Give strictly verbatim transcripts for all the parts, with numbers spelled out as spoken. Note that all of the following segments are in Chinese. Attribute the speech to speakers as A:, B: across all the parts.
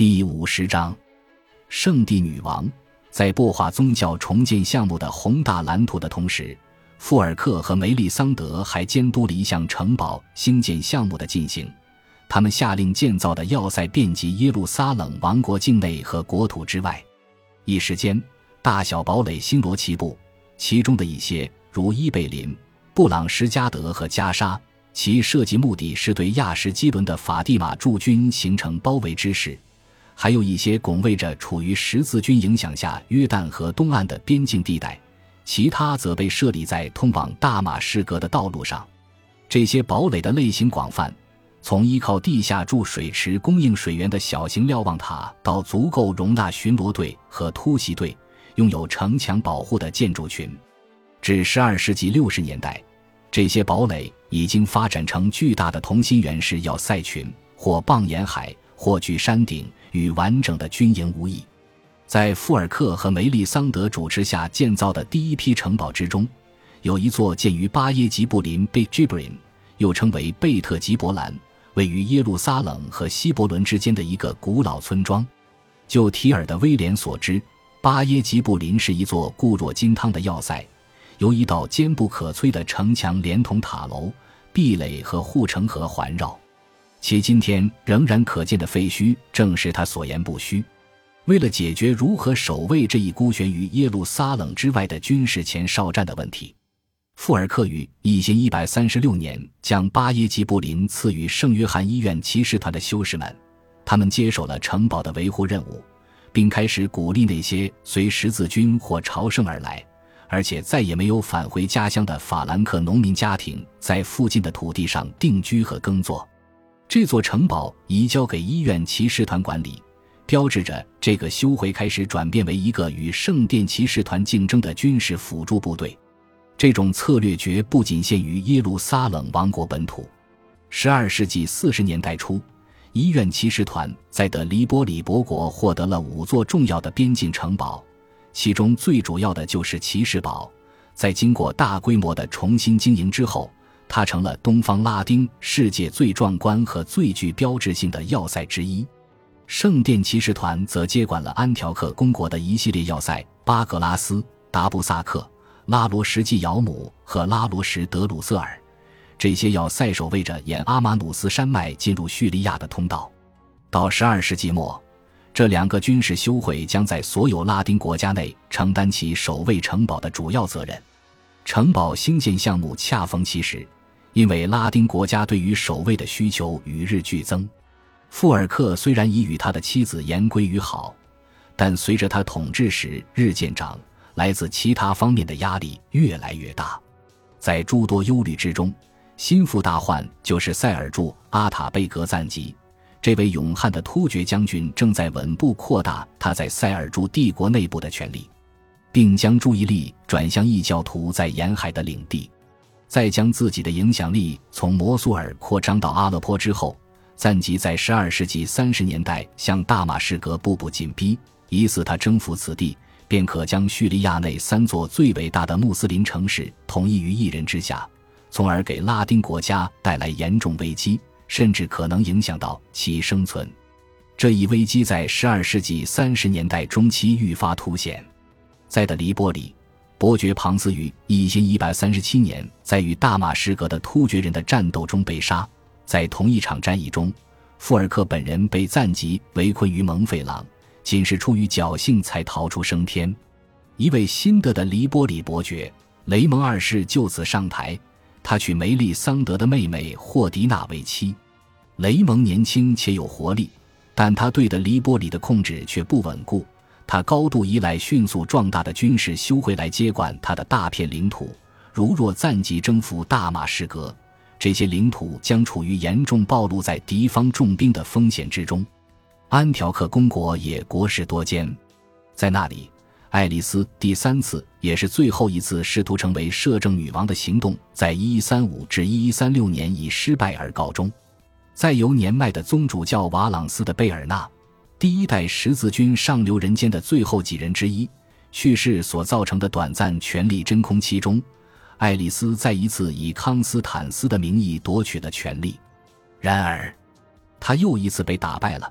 A: 第五十章，圣地女王。在擘画宗教重建项目的宏大蓝图的同时，富尔克和梅利桑德还监督了一项城堡兴建项目的进行。他们下令建造的要塞遍及耶路撒冷王国境内和国土之外。一时间，大小堡垒星罗棋布，其中的一些如伊贝林、布朗什加德和加沙，其设计目的是对亚什基伦的法蒂玛驻军形成包围之势；还有一些拱卫着处于十字军影响下约旦河东岸的边境地带，其他则被设立在通往大马士革的道路上。这些堡垒的类型广泛，从依靠地下筑水池供应水源的小型瞭望塔，到足够容纳巡逻队和突袭队，拥有城墙保护的建筑群。至十二世纪六十年代，这些堡垒已经发展成巨大的同心圆式要塞群，或傍沿海，或据山顶，与完整的军营无异。在富尔克和梅利桑德主持下建造的第一批城堡之中，有一座建于巴耶吉布林贝吉布林，又称为贝特吉伯兰，位于耶路撒冷和希伯伦之间的一个古老村庄。就提尔的威廉所知，巴耶吉布林是一座固若金汤的要塞，由一道坚不可摧的城墙连同塔楼、壁垒和护城河环绕，其今天仍然可见的废墟正是他所言不虚。为了解决如何守卫这一孤悬于耶路撒冷之外的军事前哨站的问题，富尔克于一千一百三十六年将巴耶吉布林赐予圣约翰医院骑士团的修士们，他们接手了城堡的维护任务，并开始鼓励那些随十字军或朝圣而来，而且再也没有返回家乡的法兰克农民家庭在附近的土地上定居和耕作。这座城堡移交给医院骑士团管理，标志着这个修会开始转变为一个与圣殿骑士团竞争的军事辅助部队。这种策略绝不仅限于耶路撒冷王国本土。十二世纪四十年代初，医院骑士团在德黎波里伯国获得了五座重要的边境城堡，其中最主要的就是骑士堡。在经过大规模的重新经营之后，它成了东方拉丁世界最壮观和最具标志性的要塞之一。圣殿骑士团则接管了安条克公国的一系列要塞，巴格拉斯、达布萨克、拉罗什基尧姆和拉罗什德鲁瑟尔，这些要塞守卫着沿阿马努斯山脉进入叙利亚的通道。到十二世纪末，这两个军事修会将在所有拉丁国家内承担起守卫城堡的主要责任。城堡兴建项目恰逢其时，因为拉丁国家对于守卫的需求与日俱增。富尔克虽然已与他的妻子言归于好，但随着他统治时日渐长，来自其他方面的压力越来越大。在诸多忧虑之中，心腹大患就是塞尔柱阿塔贝格赞吉。这位勇悍的突厥将军正在稳步扩大他在塞尔柱帝国内部的权力，并将注意力转向异教徒在沿海的领地。在将自己的影响力从摩苏尔扩张到阿勒颇之后，赞吉在十二世纪三十年代向大马士革步步紧逼，疑似他征服此地，便可将叙利亚内三座最伟大的穆斯林城市统一于一人之下，从而给拉丁国家带来严重危机，甚至可能影响到其生存。这一危机在十二世纪三十年代中期愈发凸显。在德黎波里，伯爵庞斯于一千一百三十七年在与大马士革的突厥人的战斗中被杀。在同一场战役中，富尔克本人被赞吉围困于蒙费朗，仅是出于侥幸才逃出升天。一位新的的黎波里伯爵雷蒙二世就此上台，他娶梅利桑德的妹妹霍迪娜为妻。雷蒙年轻且有活力，但他对的黎波里的控制却不稳固，他高度依赖迅速壮大的军事修会来接管他的大片领土。如若赞吉征服大马士革，这些领土将处于严重暴露在敌方重兵的风险之中。安条克公国也国势多艰，在那里，爱丽丝第三次也是最后一次试图成为摄政女王的行动，在一一三五至一一三六年以失败而告终。再由年迈的宗主教瓦朗斯的贝尔纳，第一代十字军上流人间的最后几人之一，去世所造成的短暂权力真空期中，爱丽丝再一次以康斯坦斯的名义夺取了权力。然而，她又一次被打败了。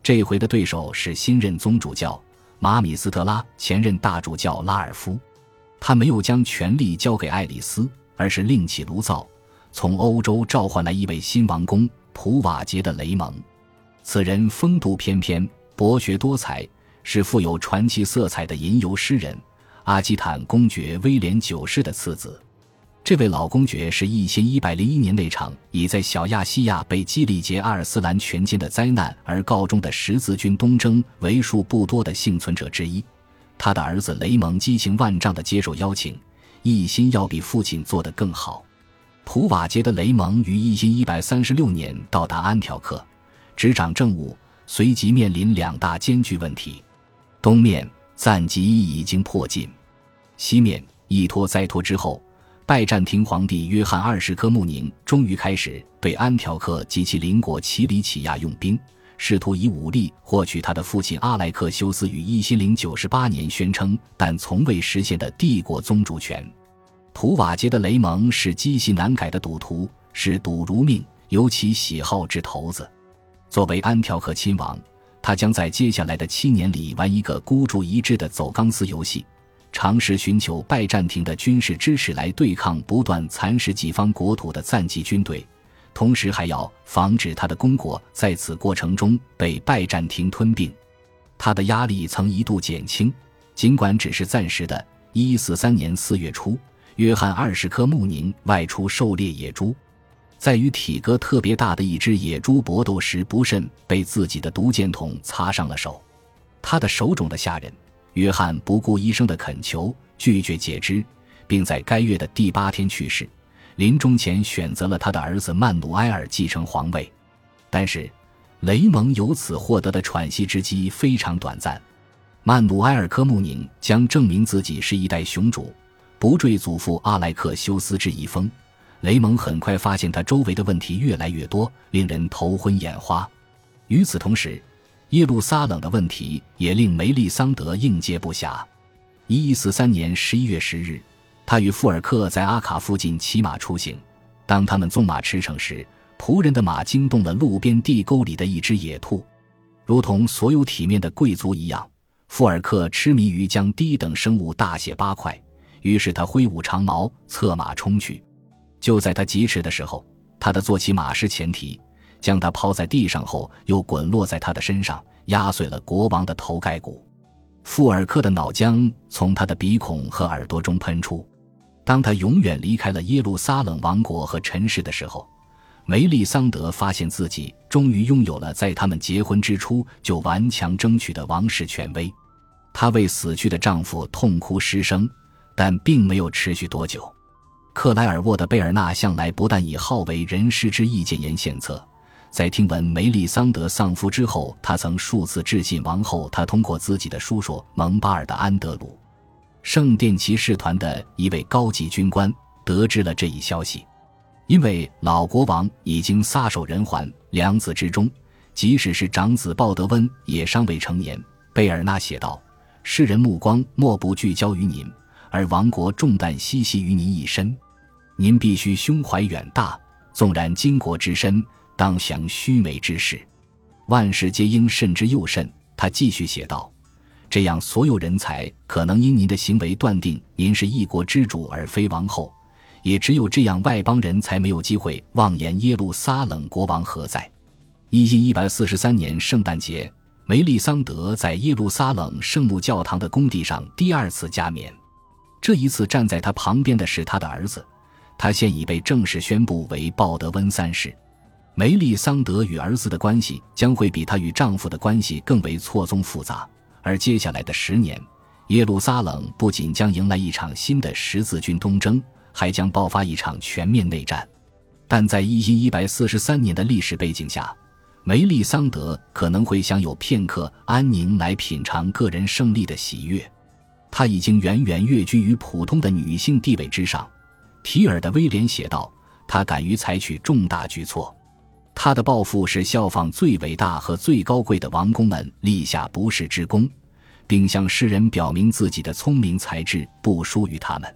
A: 这回的对手是新任宗主教马米斯特拉前任大主教拉尔夫。他没有将权力交给爱丽丝，而是另起炉灶，从欧洲召唤来一位新王公普瓦捷的雷蒙。此人风度翩翩，博学多才，是富有传奇色彩的吟游诗人阿基坦公爵威廉九世的次子。这位老公爵是一千一百零一年那场以在小亚细亚被基里杰阿尔斯兰全歼的灾难而告终的十字军东征为数不多的幸存者之一。他的儿子雷蒙激情万丈地接受邀请，一心要比父亲做得更好。普瓦捷的雷蒙于一千一百三十六年到达安条克，执掌政务，随即面临两大艰巨问题。东面赞吉已经迫近，西面一拖再拖之后，拜占庭皇帝约翰二世科穆宁终于开始对安条克及其邻国奇里乞亚用兵，试图以武力获取他的父亲阿莱克修斯于一千零九十八年宣称但从未实现的帝国宗主权。普瓦捷的雷蒙是积习难改的赌徒，视赌如命，尤其喜好掷骰子。作为安条克亲王，他将在接下来的七年里玩一个孤注一掷的走钢丝游戏，尝试寻求拜占庭的军事支持来对抗不断蚕食己方国土的赞吉军队，同时还要防止他的公国在此过程中被拜占庭吞并。他的压力曾一度减轻，尽管只是暂时的。一一四三年四月初，约翰二世科穆宁外出狩猎野猪，在与体格特别大的一只野猪搏斗时不慎被自己的毒箭筒擦伤了手。他的手肿得吓人，约翰不顾医生的恳求，拒绝截肢，并在该月的第八天去世。临终前选择了他的儿子曼努埃尔继承皇位。但是雷蒙由此获得的喘息之机非常短暂。曼努埃尔科穆宁将证明自己是一代雄主，不坠祖父阿莱克修斯之遗风。雷蒙很快发现他周围的问题越来越多，令人头昏眼花。与此同时，耶路撒冷的问题也令梅利桑德应接不暇。一一四三年十一月十日，他与富尔克在阿卡附近骑马出行，当他们纵马驰骋时，仆人的马惊动了路边地沟里的一只野兔。如同所有体面的贵族一样，富尔克痴迷于将低等生物大卸八块，于是他挥舞长矛策马冲去。就在他疾驰的时候，他的坐骑马失前蹄，将他抛在地上后又滚落在他的身上，压碎了国王的头盖骨。富尔克的脑浆从他的鼻孔和耳朵中喷出。当他永远离开了耶路撒冷王国和尘世的时候，梅利桑德发现自己终于拥有了在他们结婚之初就顽强争取的王室权威。她为死去的丈夫痛哭失声，但并没有持续多久。克莱尔沃的贝尔纳向来不但以好为人师之意建言献策，在听闻梅利桑德丧夫之后，他曾数次致信王后。他通过自己的叔叔蒙巴尔的安德鲁，圣殿骑士团的一位高级军官，得知了这一消息。因为老国王已经撒手人寰，两子之中，即使是长子鲍德温也尚未成年。贝尔纳写道：世人目光莫不聚焦于您，而王国重担悉系于您一身。您必须胸怀远大，纵然巾帼之身，当详须眉之事。万事皆应慎之又慎。他继续写道：这样所有人才可能因您的行为断定您是一国之主而非王后，也只有这样外邦人才没有机会妄言耶路撒冷国王何在。一千一百四十三年圣诞节，梅利桑德在耶路撒冷圣母教堂的工地上第二次加冕。这一次站在他旁边的是他的儿子，他现已被正式宣布为鲍德温三世。梅利桑德与儿子的关系将会比她与丈夫的关系更为错综复杂，而接下来的十年，耶路撒冷不仅将迎来一场新的十字军东征，还将爆发一场全面内战。但在一千一百四十三年的历史背景下，梅利桑德可能会享有片刻安宁来品尝个人胜利的喜悦。她已经远远跃居于普通的女性地位之上。提尔的威廉写道：她敢于采取重大举措。他的抱负是效仿最伟大和最高贵的王公们立下不世之功，并向世人表明自己的聪明才智不输于他们。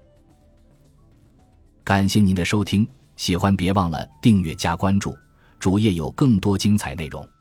A: 感谢您的收听，喜欢别忘了订阅加关注，主页有更多精彩内容。